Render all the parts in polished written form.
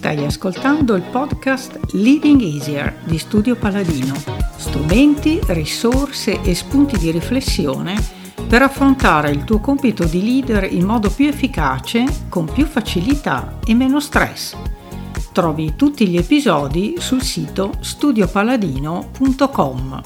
Stai ascoltando il podcast Leading Easier di Studio Paladino. Strumenti, risorse e spunti di riflessione per affrontare il tuo compito di leader in modo più efficace, con più facilità e meno stress. Trovi tutti gli episodi sul sito studiopaladino.com.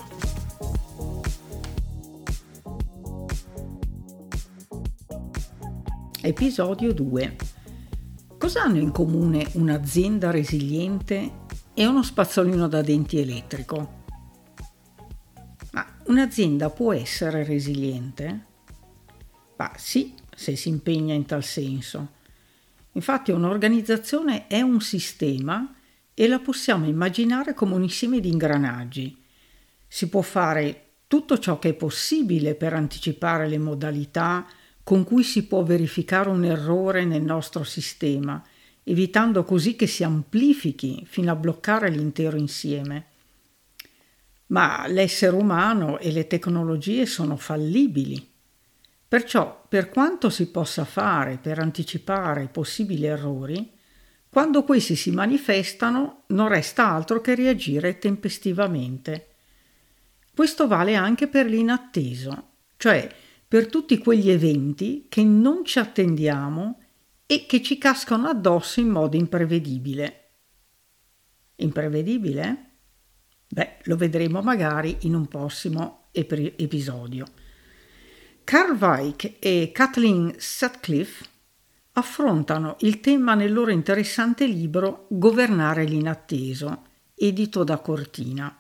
Episodio 2. Cosa hanno in comune un'azienda resiliente e uno spazzolino da denti elettrico? Ma un'azienda può essere resiliente? Sì, se si impegna in tal senso. Infatti un'organizzazione è un sistema e la possiamo immaginare come un insieme di ingranaggi. Si può fare tutto ciò che è possibile per anticipare le modalità con cui si può verificare un errore nel nostro sistema, evitando così che si amplifichi fino a bloccare l'intero insieme. Ma l'essere umano e le tecnologie sono fallibili. Perciò, per quanto si possa fare per anticipare possibili errori, quando questi si manifestano non resta altro che reagire tempestivamente. Questo vale anche per l'inatteso, cioè per tutti quegli eventi che non ci attendiamo e che ci cascano addosso in modo imprevedibile. Imprevedibile? Lo vedremo magari in un prossimo episodio. Carl Weick e Kathleen Sutcliffe affrontano il tema nel loro interessante libro Governare l'inatteso, edito da Cortina.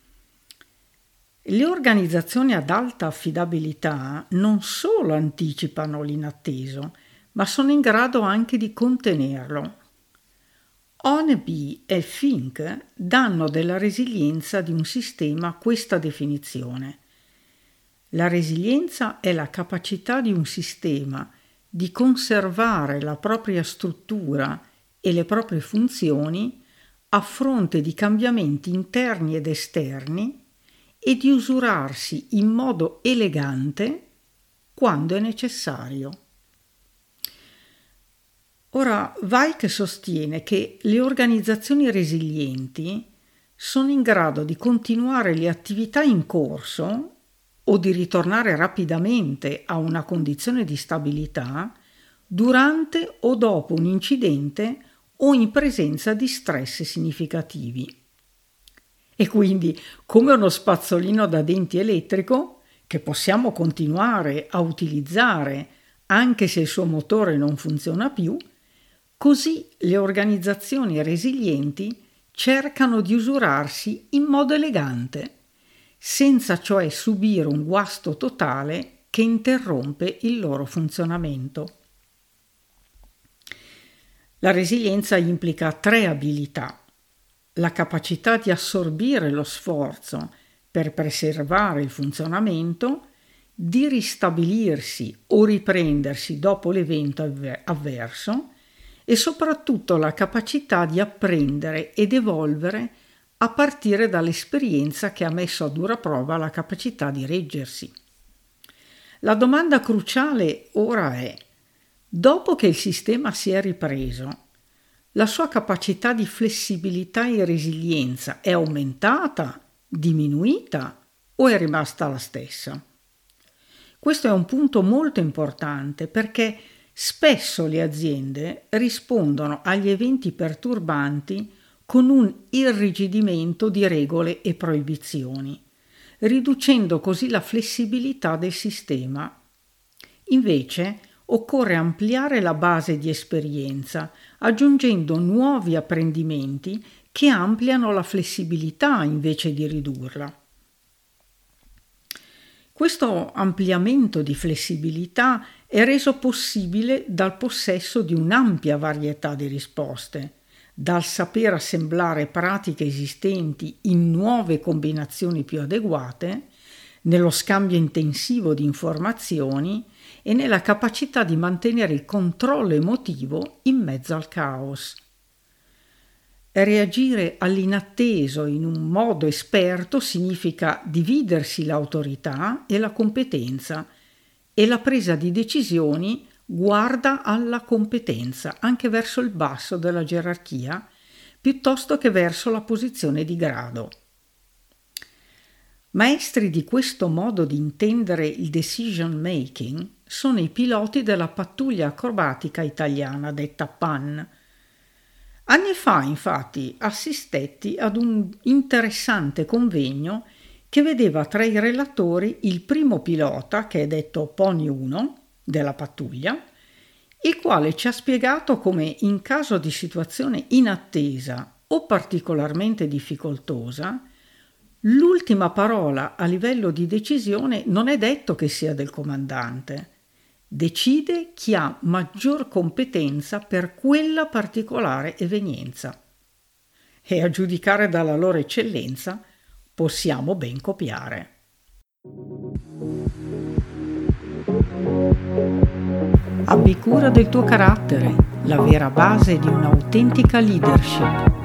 Le organizzazioni ad alta affidabilità non solo anticipano l'inatteso, ma sono in grado anche di contenerlo. Hornby e Fink danno della resilienza di un sistema questa definizione. La resilienza è la capacità di un sistema di conservare la propria struttura e le proprie funzioni a fronte di cambiamenti interni ed esterni e di usurarsi in modo elegante quando è necessario. Ora, Weick sostiene che le organizzazioni resilienti sono in grado di continuare le attività in corso o di ritornare rapidamente a una condizione di stabilità durante o dopo un incidente o in presenza di stress significativi. E quindi, come uno spazzolino da denti elettrico, che possiamo continuare a utilizzare anche se il suo motore non funziona più, così le organizzazioni resilienti cercano di usurarsi in modo elegante, senza cioè subire un guasto totale che interrompe il loro funzionamento. La resilienza implica 3 abilità: la capacità di assorbire lo sforzo per preservare il funzionamento, di ristabilirsi o riprendersi dopo l'evento avverso e soprattutto la capacità di apprendere ed evolvere a partire dall'esperienza che ha messo a dura prova la capacità di reggersi. La domanda cruciale ora è: dopo che il sistema si è ripreso, la sua capacità di flessibilità e resilienza è aumentata, diminuita o è rimasta la stessa? Questo è un punto molto importante perché spesso le aziende rispondono agli eventi perturbanti con un irrigidimento di regole e proibizioni, riducendo così la flessibilità del sistema. Invece, occorre ampliare la base di esperienza, aggiungendo nuovi apprendimenti che ampliano la flessibilità invece di ridurla. Questo ampliamento di flessibilità è reso possibile dal possesso di un'ampia varietà di risposte, dal saper assemblare pratiche esistenti in nuove combinazioni più adeguate, nello scambio intensivo di informazioni e nella capacità di mantenere il controllo emotivo in mezzo al caos. Reagire all'inatteso in un modo esperto significa dividersi l'autorità e la competenza, e la presa di decisioni guarda alla competenza anche verso il basso della gerarchia piuttosto che verso la posizione di grado. Maestri di questo modo di intendere il decision making sono i piloti della pattuglia acrobatica italiana detta PAN. Anni fa, infatti, assistetti ad un interessante convegno che vedeva tra i relatori il primo pilota, che è detto Pony 1, della pattuglia, il quale ci ha spiegato come in caso di situazione inattesa o particolarmente difficoltosa, l'ultima parola a livello di decisione non è detto che sia del comandante. Decide chi ha maggior competenza per quella particolare evenienza. E a giudicare dalla loro eccellenza possiamo ben copiare. Abbi cura del tuo carattere, la vera base di un'autentica leadership.